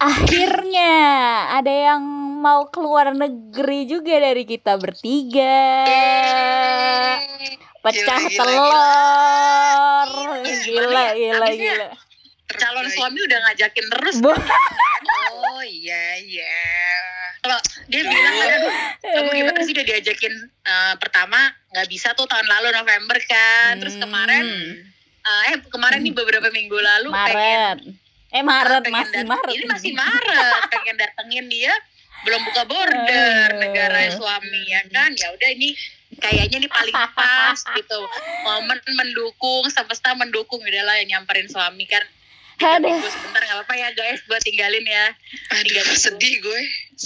Akhirnya ada yang mau keluar negeri juga dari kita bertiga. Pecah telur. Gila. Calon suami udah ngajakin terus. Oh iya. Kalau dia bilang kamu gimana sih, udah diajakin pertama nggak bisa tuh tahun lalu November kan. Terus kemarin nih beberapa minggu lalu Maret. Maret. Ini masih Maret pengen datengin dia, belum buka border negara suami ya kan. Ya udah, ini kayaknya ini paling pas gitu, momen mendukung, semesta mendukung, udahlah yang nyamperin suami kan. 3 minggu sebentar nggak apa-apa ya guys, buat tinggalin ya. Sedih gue.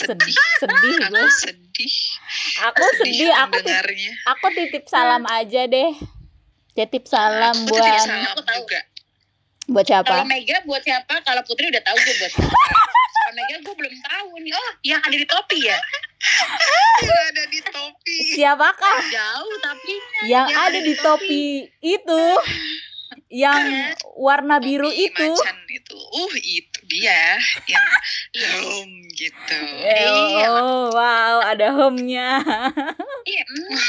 Aku sedih. Aku titip salam aja deh. Titip salam buat aku tahu juga. Buat siapa? Kalau Mega buat siapa? Kalau Putri udah tahu gue buat siapa. Kalau Mega gue belum tahu nih. Oh, yang ada di topi ya? Yang ada di topi. Siapakah? Jauh tapi. Yang ada di topi itu. Yang warna biru itu. Macan itu. Itu dia yang gitu. Oh, wow, ada home-nya. Iya.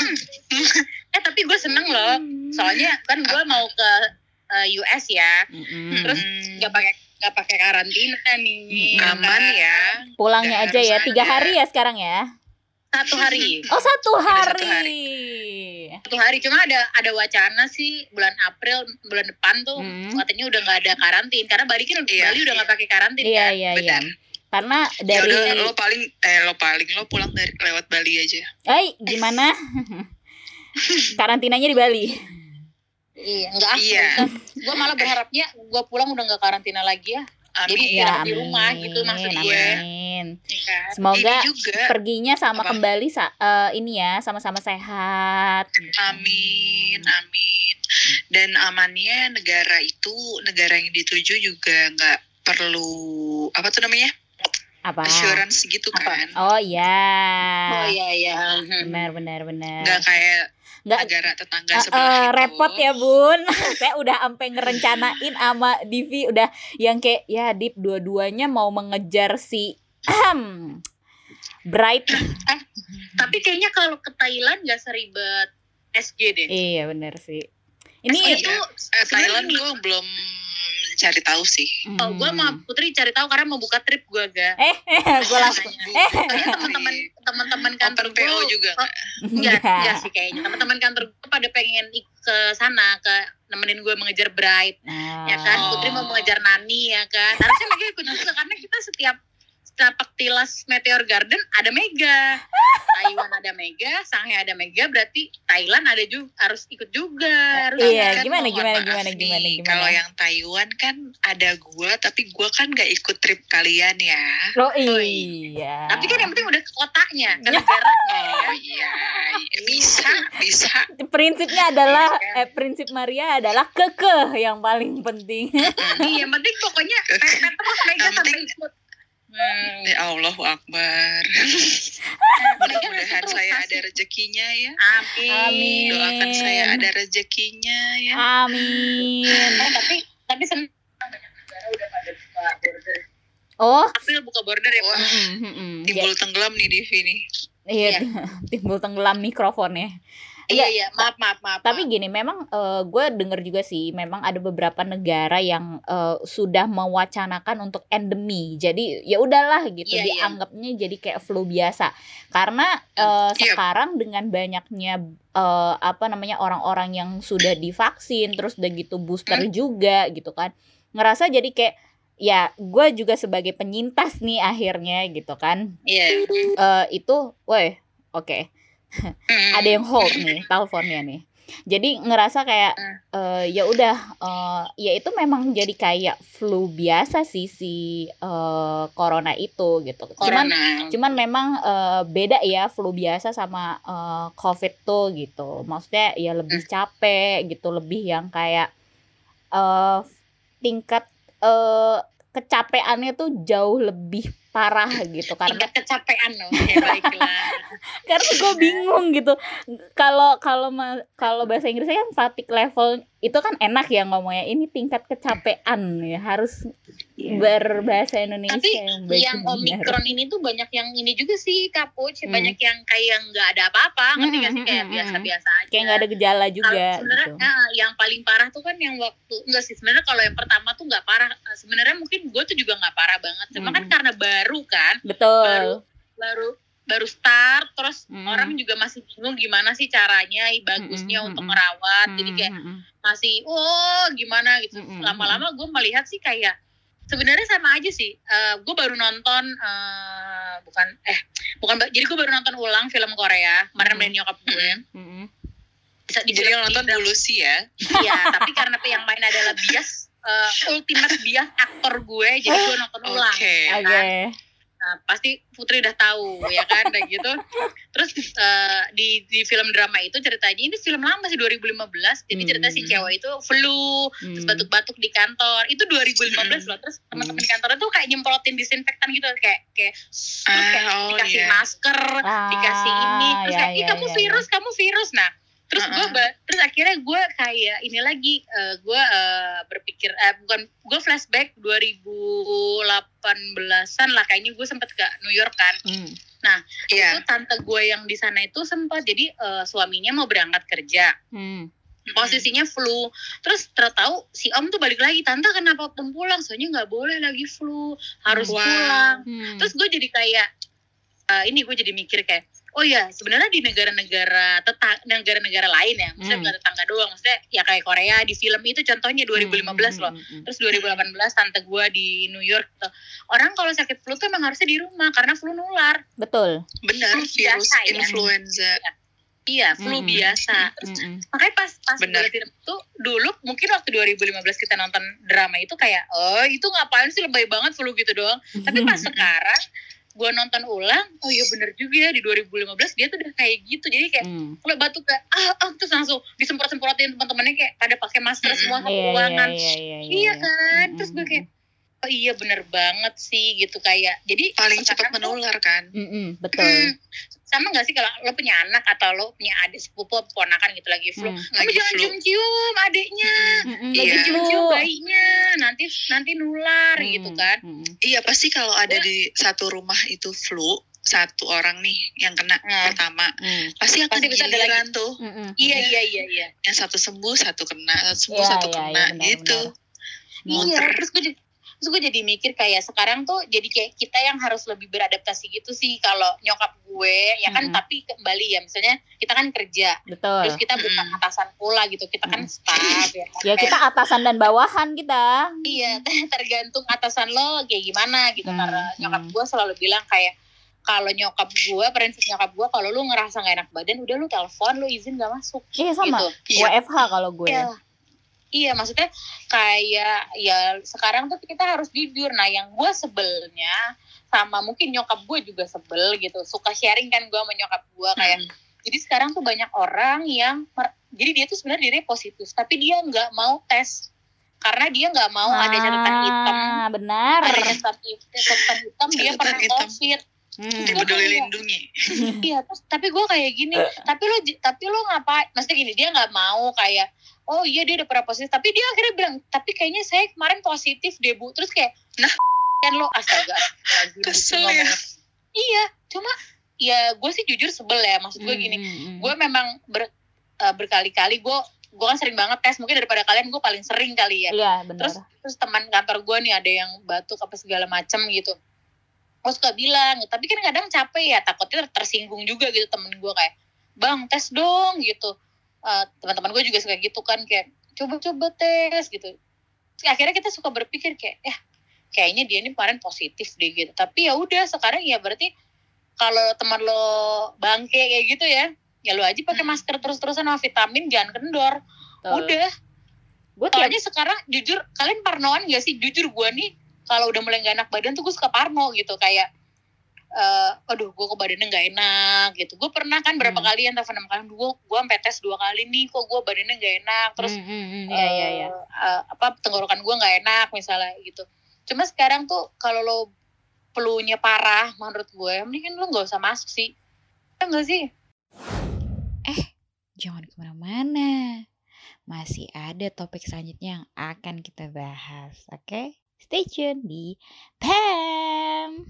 Tapi gue seneng loh. Soalnya kan gue mau ke US ya. Terus nggak pakai karantina nih. Aman ya. Pulangnya aja ya. 3 hari ya sekarang ya. 1 hari. Oh, 1 hari. 1 hari. Cuma ada wacana sih bulan April, bulan depan tuh katanya udah nggak ada karantin, karena Bali udah nggak pakai karantin kan. Iya. Karena dari lo pulang dari lewat Bali aja. Gimana? Karantinanya di Bali. Iya, gue malah berharapnya gue pulang udah nggak karantina lagi ya. Jadi di rumah gitu maksud gue. Amin. Semoga perginya sama kembali sama-sama sehat. Amin. Dan amannya negara yang dituju juga nggak perlu assurance gitu kan. Oh iya. Benar. Nggak kayak negara tetangga sebelah itu. Repot ya Bun. Saya udah sampai ngerencanain sama Divi, udah yang kayak ya Dip, dua-duanya mau mengejar si Bright. Tapi kayaknya kalau ke Thailand nggak seribet SG deh. Iya benar sih. Ini itu Thailand gue belum cari tahu sih. Gue sama Putri cari tahu karena mau buka trip gue gue langsung. Teman-teman kantor PO juga enggak sih kayaknya. Teman-teman kantor gue pada pengen ke sana, nemenin gue mengejar Bright. Ya kan, Putri mau mengejar Nani ya kan. Harusnya Mega ikut juga karena kita setiap Tilas Meteor Garden ada Mega. Taiwan ada Mega, Shanghai ada Mega, berarti Thailand ada juga, harus ikut juga. Iya, gimana? Kalau yang Taiwan kan ada gua, tapi gua kan nggak ikut trip kalian ya. Oh iya. Tapi kan yang penting udah ke kotanya, ke negaranya. Oh iya, bisa. Prinsipnya adalah prinsip Maria adalah kekeh yang paling penting. Iya, yang penting pokoknya terus Mega sampai ikut. Ya Allahu Akbar. Mudah-mudahan saya ada rezekinya ya. Amin. Doakan saya ada rezekinya ya. Amin. Tapi senang banyak negara udah pada buka border. April buka border ya. Timbul tenggelam nih Divi nih. Iya. Timbul tenggelam mikrofonnya. Iya, maaf. Tapi gini, memang gue denger juga sih, memang ada beberapa negara yang sudah mewacanakan untuk endemi. Jadi ya udahlah gitu, dianggapnya jadi kayak flu biasa. Karena sekarang dengan banyaknya orang-orang yang sudah divaksin, terus udah gitu booster juga gitu kan, ngerasa jadi kayak ya gue juga sebagai penyintas nih akhirnya gitu kan. Itu, oke. Ada yang hold nih teleponnya nih. Jadi ngerasa kayak ya udah ya itu memang jadi kayak flu biasa sih si corona itu gitu. Cuman memang beda ya flu biasa sama COVID tuh gitu. Maksudnya ya lebih capek gitu, lebih yang kayak tingkat kecapeannya tuh jauh lebih parah gitu karena tingkat kecapean loh. Ya baiklah. Karena gue bingung gitu. Kalau bahasa Inggrisnya kan fatigue level itu kan enak ya ngomongnya. Ini tingkat kecapean ya, harus berbahasa Indonesia tapi yang baik yang Omikron ini tuh banyak yang ini juga sih Kapuc, banyak yang kayak nggak ada apa-apa, ngerti nggak sih, kayak biasa-biasa aja, kayak nggak ada gejala juga sebenarnya gitu. Yang paling parah tuh kan yang waktu enggak sih sebenarnya, kalau yang pertama tuh nggak parah sebenarnya, mungkin gue tuh juga nggak parah banget, cuma kan karena baru kan, betul, baru start, terus orang juga masih bingung gimana sih caranya bagusnya untuk merawat, jadi kayak masih gimana gitu. Lama-lama gue melihat sih kayak sebenarnya sama aja sih. Gue baru nonton jadi gue baru nonton ulang film Korea kemarin main nyokap gue. Jadi yang nonton dulu sih ya. Iya, tapi karena yang main adalah bias ultimate bias aktor gue, jadi gue nonton ulang. Oke. Nah, pasti Putri udah tahu ya kan, kayak gitu. Terus di film drama itu ceritanya, ini film lama sih 2015. Jadi cerita si cewek itu flu, terus batuk-batuk di kantor. Itu 2015 loh. Terus teman-teman kantor tuh kayak nyemprotin disinfektan gitu, kayak dikasih masker, dikasih ini, terus kayak kamu virus. Nah, terus terus akhirnya gue kayak ini lagi, gue berpikir gue flashback 2018-an lah kayaknya, gue sempet ke New York kan. Nah itu tante gue yang di sana itu sempat jadi suaminya mau berangkat kerja, posisinya flu, terus tertahu si om tuh balik lagi, tante kenapa belum pulang, soalnya nggak boleh lagi flu, harus pulang. Terus gue jadi kayak gue jadi mikir kayak, oh ya, sebenarnya di negara-negara lain ya, maksudnya bukan tetangga doang, maksudnya ya kayak Korea di film itu contohnya 2015 loh. Terus 2018 tante gue di New York gitu. Orang kalau sakit flu tuh emang harusnya di rumah karena flu nular. Betul. Benar, virus influenza. Iya, flu biasa. Terus makanya pas gue film itu dulu, mungkin waktu 2015 kita nonton drama itu kayak, itu ngapain sih, lebay banget flu gitu doang. Tapi pas sekarang gue nonton ulang, oh iya bener juga ya, di 2015 dia tuh udah kayak gitu. Jadi kayak kalau batuk kayak terus langsung disemprot-semprotin teman-temannya kayak pada pakai masker semua ke ruangan. Iya kan. Terus gue kayak, oh iya bener banget sih gitu, kayak jadi paling cepat menular kan. Betul. Sama gak sih kalau lo punya anak atau lo punya adik sepupu ponakan gitu lagi flu, kamu jangan cium-cium adiknya, cium-cium bayinya, nanti nular gitu kan. Iya, pasti kalau ada di satu rumah itu flu, satu orang nih yang kena pertama, pasti bisa ada lagi tuh. Iya. Yang satu sembuh, satu kena, satu kena gitu. Iya, terus gue jadi mikir kayak sekarang tuh jadi kayak kita yang harus lebih beradaptasi gitu sih. Kalau nyokap gue ya kan, tapi kembali ya, misalnya kita kan kerja. Betul. Terus kita bukan atasan pula gitu, kita kan staff ya. Ya kita atasan dan bawahan kita. Iya, tergantung atasan lo kayak gimana gitu. Karena nyokap gue selalu bilang kayak, kalau prinsip nyokap gue, kalau lu ngerasa gak enak badan, udah lu telepon, lu izin gak masuk. Iya sama, gitu. WFH kalau gue. Iya, maksudnya kayak ya sekarang tuh kita harus jujur. Nah yang gue sebelnya, sama mungkin nyokap gue juga sebel gitu, suka sharing kan gue sama nyokap gue kayak, jadi sekarang tuh banyak orang yang jadi dia tuh sebenarnya dirinya positif, tapi dia nggak mau tes karena dia nggak mau ada catatan hitam. Benar. Ada catatan hitam dia pernah COVID. Peduli lindungi. Iya, terus tapi gue kayak gini, tapi lo ngapain? Maksudnya gini, dia nggak mau kayak, oh iya dia udah pernah positif, tapi dia akhirnya bilang, tapi kayaknya saya kemarin positif deh Bu. Terus kayak, kan lo astaga kesel ya. Iya, cuma ya gue sih jujur sebel ya, maksud gue gini, gue memang berkali-kali gue kan sering banget tes, mungkin daripada kalian gue paling sering kali ya. Iya benar. Terus teman kantor gue nih ada yang batuk apa segala macam gitu, gue suka bilang, tapi kan kadang capek ya, takutnya tersinggung juga gitu temen gue kayak, bang tes dong gitu. Teman-teman gue juga suka gitu kan, kayak coba tes gitu. Akhirnya kita suka berpikir kayak, kayaknya dia ini kemarin positif deh gitu. Tapi ya udah, sekarang ya berarti kalau teman lo bangke kayak gitu ya lo aja pakai masker terus-terusan sama vitamin, jangan kendor. Udah. Soalnya sekarang jujur, kalian parnoan gak sih? Jujur gue nih, kalau udah mulai gak enak badan tuh gue suka parno gitu, kayak aduh gue kok badannya gak enak gitu. Gue pernah kan berapa kali yang telepon sama kalian, gue sampai tes 2 kali nih, kok gue badannya gak enak, terus tenggorokan gue gak enak misalnya gitu. Cuma sekarang tuh kalau lo flu-nya parah, menurut gue mendingan lo gak usah masuk sih, enggak sih? Jangan kemana-mana, masih ada topik selanjutnya yang akan kita bahas, oke? Stay tune di Pam.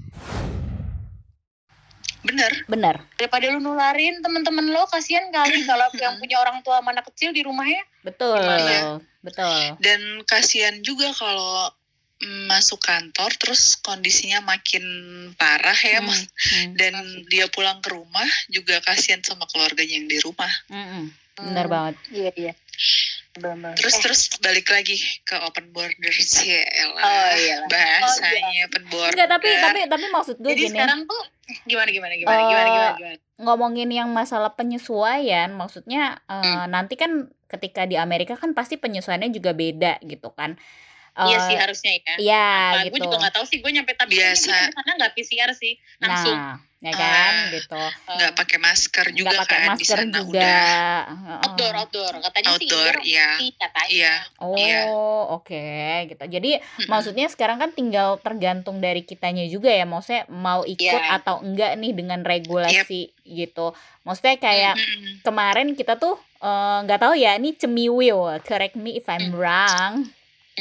Bener. Daripada lu nularin teman-teman lo, kasihan kali kalau yang punya orang tua sama anak kecil di rumahnya. Betul. Dan kasihan juga kalau masuk kantor terus kondisinya makin parah ya, dan dia pulang ke rumah juga kasihan sama keluarganya yang di rumah. Benar banget. Iya. Terus balik lagi ke open borders ya, bahasanya open border. Enggak, tapi maksud gue jadi gini. Sekarang tuh gimana? Ngomongin yang masalah penyesuaian, maksudnya nanti kan ketika di Amerika kan pasti penyesuaiannya juga beda gitu kan. Iya sih harusnya ya. Iya gitu. Gue juga nggak tahu sih, gue nyampe tapi biasa karena nggak PCR sih langsung. Ya kan gitu. Nggak pakai masker juga nggak pakai kan masker di sana juga. udah. Outdoor katanya outdoor, sih. Iya. Oke, gitu. Jadi maksudnya sekarang kan tinggal tergantung dari kitanya juga ya, maksudnya mau ikut atau enggak nih dengan regulasi gitu. Maksudnya kayak kemarin kita tuh nggak tahu ya, ini cemiwil, correct me if I'm wrong.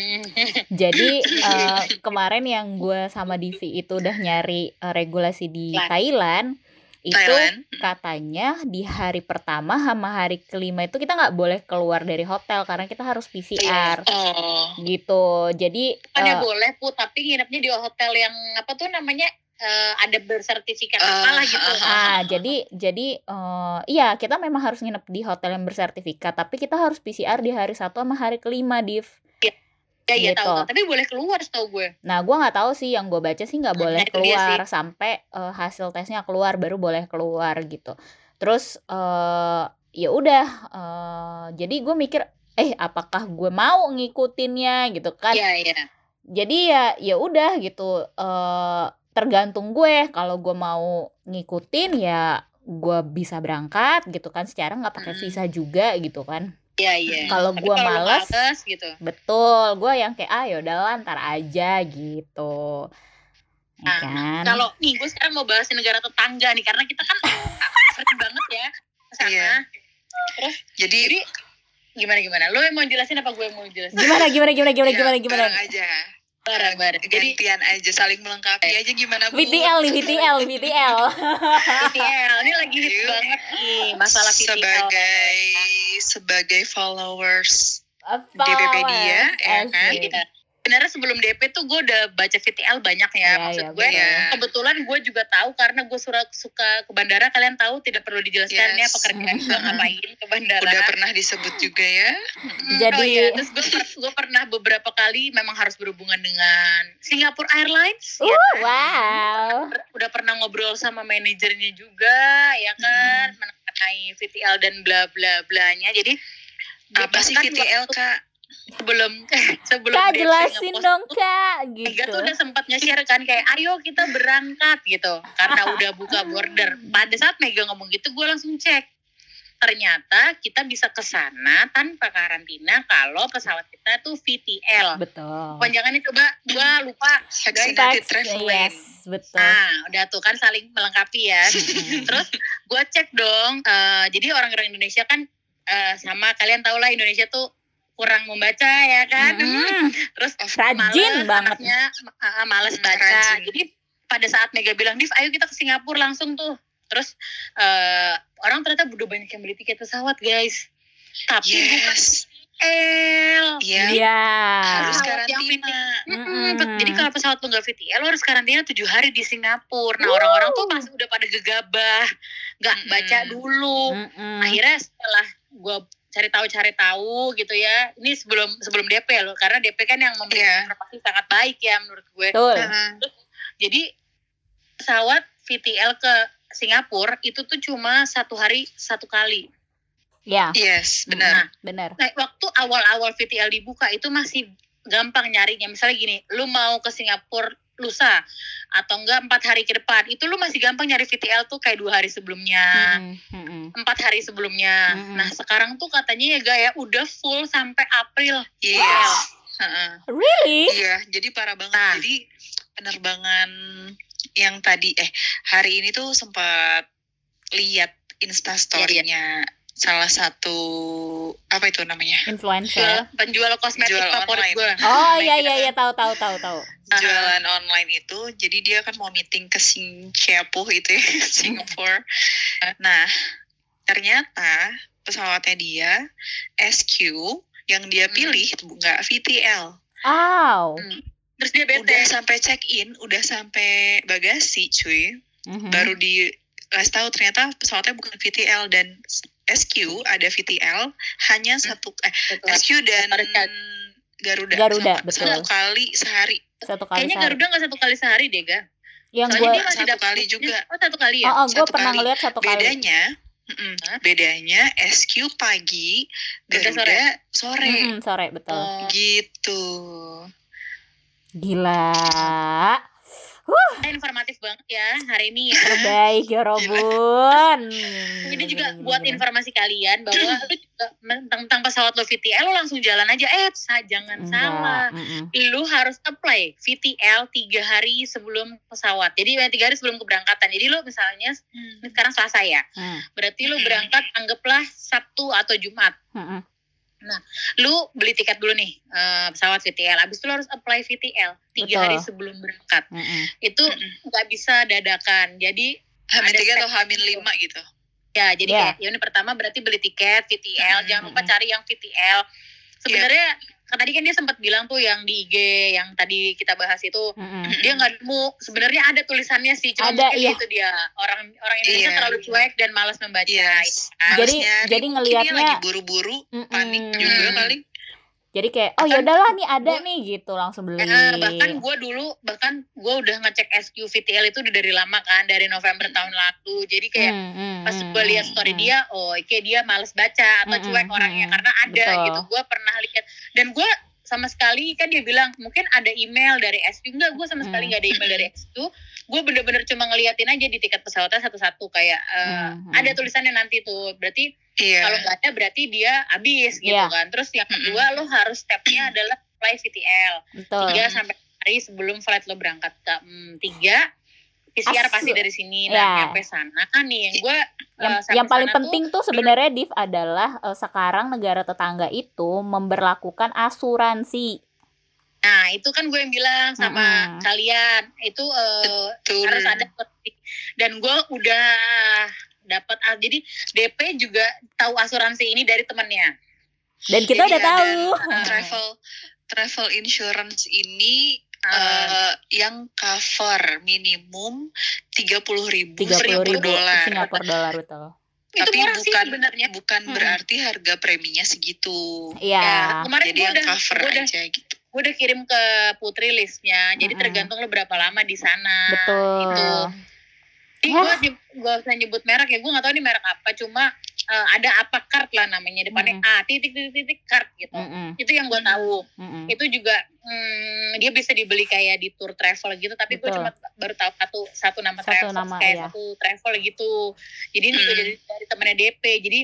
Jadi kemarin yang gue sama Divi itu udah nyari regulasi di Thailand. Itu katanya di hari pertama sama hari kelima itu kita nggak boleh keluar dari hotel karena kita harus PCR gitu. Jadi boleh tapi nginepnya di hotel yang apa tuh namanya ada bersertifikat apalah gitu. Jadi iya kita memang harus nginep di hotel yang bersertifikat, tapi kita harus PCR di hari 1 sama hari kelima, Div. Iya gitu. Tahu, tapi boleh keluar setahu gue. Nah, gue nggak tahu sih, yang gue baca sih nggak boleh keluar sampai hasil tesnya keluar baru boleh keluar gitu. Terus ya udah, jadi gue mikir apakah gue mau ngikutinnya gitu kan? Iya. Jadi ya udah gitu, tergantung gue. Kalau gue mau ngikutin ya gue bisa berangkat gitu kan, secara nggak pakai visa juga gitu kan. Iya. Kalau gue males gitu. Betul, gue yang kayak yaudah ntar aja gitu. Nah, kan? Kalau nih gue sekarang mau bahas negara tetangga nih, karena kita kan sering banget ya kesana. Iya. Terus jadi gimana? Lo yang mau jelasin apa gue yang mau jelasin? Gimana? Bareng aja. Bareng. Gantian aja, saling melengkapi aja gimana, Bu? VTL. Ini lagi hit banget nih masalah VTL. Sebagai followers DPP dia, ya kan? Sebenarnya sebelum DP tuh gue udah baca VTL banyak ya. Maksud gue kebetulan gue juga tahu karena gue suka ke bandara. Kalian tahu tidak perlu dijelaskan ya pekerjaan gue ngapain ke bandara. Udah pernah disebut juga ya. Jadi terus gue pernah beberapa kali memang harus berhubungan dengan Singapore Airlines. Wow. Udah pernah ngobrol sama manajernya juga ya kan, mengenai VTL dan bla bla blanya. Jadi apa sih VTL, Kak? Sebelum Kak jelasin dong Kak gitu. Mega tuh udah sempat nge-share kan kayak ayo kita berangkat gitu karena udah buka border. Pada saat Mega ngomong gitu gue langsung cek, ternyata kita bisa kesana tanpa karantina kalau pesawat kita tuh VTL. Betul. Panjangannya coba gue lupa. Vaccinated traveling. Yes, betul. Nah udah tuh kan saling melengkapi ya. Terus gue cek dong, jadi orang-orang Indonesia kan sama kalian tau lah Indonesia tuh kurang membaca ya kan, terus rajin banget, malas baca. Jadi pada saat Mega bilang Div ayo kita ke Singapura langsung tuh, terus orang ternyata udah banyak yang beli tiket pesawat guys, tapi bukan harus karantina. Jadi kalau pesawat tuh nggak VTL lo harus karantina 7 hari di Singapura. Nah orang-orang tuh masih udah pada gegabah, nggak baca dulu. Akhirnya setelah gue cari tahu gitu ya. Ini sebelum DP loh, karena DP kan yang memberikan informasi sangat baik ya menurut gue. Jadi pesawat VTL ke Singapura itu tuh cuma 1 hari 1 kali. Ya. Yes, benar. Benar. Nah, waktu awal-awal VTL dibuka itu masih gampang nyarinya. Misalnya gini, lu mau ke Singapura lusa atau enggak 4 hari ke depan, itu lu masih gampang nyari VTL tuh kayak 2 hari sebelumnya, 4 hari sebelumnya. Nah sekarang tuh katanya ya Gaya udah full sampai April. Yes. Really? Iya, jadi parah banget. Jadi penerbangan yang tadi hari ini tuh sempat lihat Instastory-nya salah satu apa itu namanya? Influencer. Penjual kosmetik favorit gue. Oh iya tahu. Jualan online itu, jadi dia kan mau meeting ke Singapore itu ya, Singapore. Nah, ternyata pesawatnya dia SQ yang dia pilih nggak VTL. Terus dia bete. Udah sampai check in, udah sampai bagasi, cuy. Baru dikasih tahu ternyata pesawatnya bukan VTL dan SQ ada VTL hanya satu SQ dan Garuda betul. Satu kali sehari. Kayaknya Garuda nggak 1 kali sehari deh, Ga. Yang gue 1 kali juga. Oh, 1 kali ya? Gue pernah ngeliat 1 kali. Bedanya SQ pagi, Garuda sore. Sore betul. Gitu. Gila. Informatif banget ya hari ini ya. Terbaik ya Robun. Jadi juga buat informasi kalian bahwa lu juga tentang pesawat lo VTL lo langsung jalan aja. Jangan salah. Lu harus apply VTL 3 hari sebelum pesawat. Jadi 3 hari sebelum keberangkatan. Jadi lu misalnya sekarang Selasa ya. Berarti lu berangkat anggaplah Sabtu atau Jumat. Nah, lu beli tiket dulu nih pesawat VTL. Abis itu lu harus apply VTL 3 hari sebelum berangkat. Itu nggak bisa dadakan. Jadi H-3 atau H-5 gitu. Ya, jadi kayak ini pertama berarti beli tiket VTL. Jangan lupa cari yang VTL. Sebenarnya tadi kan dia sempat bilang tuh yang di IG yang tadi kita bahas itu dia nggak nemu. Sebenarnya ada tulisannya sih, cuma mungkin itu dia orang Indonesia terlalu cuek dan malas membaca. Jadi ngelihatnya lagi buru-buru, panik juga kali. Jadi kayak yaudahlah nih ada nih gitu langsung beli. Bahkan gue udah ngecek SQ VTL itu udah dari lama kan, dari November tahun lalu. Jadi kayak pas gue lihat story dia, kayak dia males baca atau cuek orangnya karena ada gitu. Gue pernah lihat dan gue sama sekali kan dia bilang mungkin ada email dari SQ, enggak, gue sama sekali nggak ada email dari SQ. Gue bener-bener cuma ngeliatin aja di tiket pesawatnya satu-satu kayak ada tulisannya nanti tuh, berarti kalau nggak ada berarti dia habis gitu kan. Terus yang kedua lo harus stepnya adalah apply VTL 3 sampai hari sebelum flight lo berangkat ke 3 PCR pasti dari sini dan nyampe sana nih yang gue yang paling penting tuh sebenarnya Div adalah sekarang negara tetangga itu memberlakukan asuransi. Nah itu kan gue yang bilang sama kalian itu harus ada. Dan gue udah dapat, jadi DP juga tahu asuransi ini dari temannya. Dan kita udah tahu. Travel insurance ini yang cover minimum 30.000 Singapura dolar betul. Tapi bukan berarti harga preminya segitu. Iya. Kemarin jadi yang cover aja gitu. Gue udah kirim ke Putri listnya. Jadi tergantung lo berapa lama di sana. Betul. Itu. Gue gak usah nyebut merek ya, gue gak tahu ini merek apa, cuma ada apa card lah namanya, depannya A titik card gitu. Itu yang gue tahu. Itu juga dia bisa dibeli kayak di tour travel gitu, tapi gue cuma baru tahu satu nama travel, kayak satu travel gitu. Jadi ini juga dari temannya DP. Jadi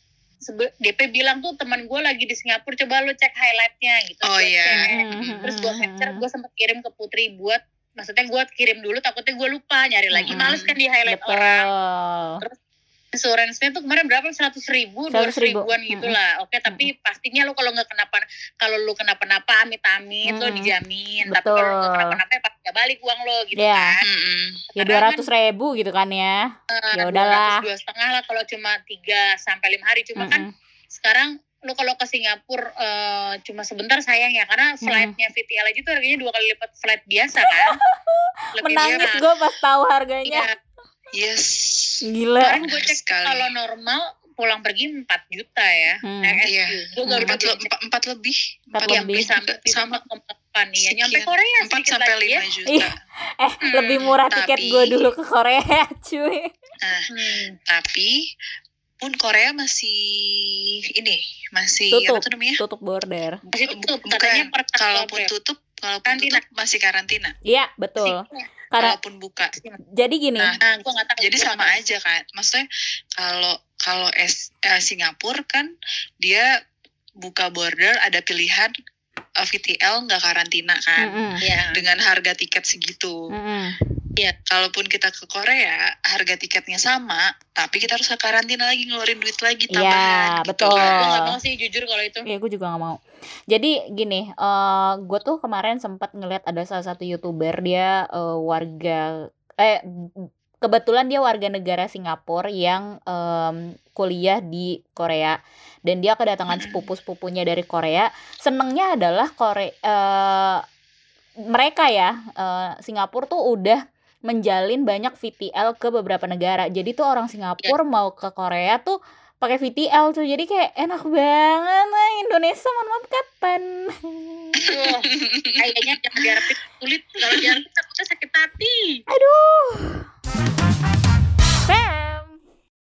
DP bilang tuh teman gue lagi di Singapura, coba lo cek highlightnya gitu. Terus gue capture, gue sempat kirim ke Putri buat, maksudnya gue kirim dulu, takutnya gue lupa nyari lagi, males kan di highlight orang. Terus insurance-nya tuh kemarin berapa? 100.000, 200.000-an gitu lah. Oke, tapi pastinya lo kalau lo kenapa-napa amit-amit lo dijamin. Tapi kalau lo kenapa-napa ya pasti gak balik uang lo gitu kan. Ya 200.000 gitu kan ya. Ya udahlah. 2,5 lah kalau cuma 3-5 hari. Cuma kan sekarang lo kalau ke Singapura cuma sebentar sayang ya, karena flightnya VTL aja tuh harganya 2 kali lipat flight biasa kan. Menangis gue pas tahu harganya. Yes. Gila. Sekarang gue cek kalau normal pulang pergi 4 juta ya. Gue gak 4 lebih. 4 lebih sama kemapan ya. Nyampe Korea 4-5 juta. Lebih murah tiket gue dulu ke Korea cuy. Tapi pun Korea masih tutup, apa tuh namanya? Tutup border. Masih tutup. Bukan, kalaupun tutup masih karantina. Iya, betul. Kalaupun buka. Jadi gini. Gua nggak tahu. Jadi sama aja kan. Maksudnya kalau Singapura kan dia buka border ada pilihan VTL nggak karantina kan. Dengan harga tiket segitu. Ya, kalaupun kita ke Korea, harga tiketnya sama, tapi kita harus karantina lagi, ngeluarin duit lagi tambahan. Iya, betul. Gue gak mau sih jujur kalau itu. Iya, gue juga gak mau. Jadi gini, gue tuh kemarin sempat ngeliat ada salah satu YouTuber, dia kebetulan dia warga negara Singapura yang kuliah di Korea, dan dia kedatangan sepupu-sepupunya dari Korea. Senengnya adalah mereka ya, Singapura tuh udah menjalin banyak VTL ke beberapa negara. Jadi tuh orang Singapura mau ke Korea tuh pakai VTL tuh. Jadi kayak enak banget. Nah, Indonesia mohon maaf kapan? Kayaknya jangan diharapin sulit. Kalau diharapin takutnya sakit hati. Aduh.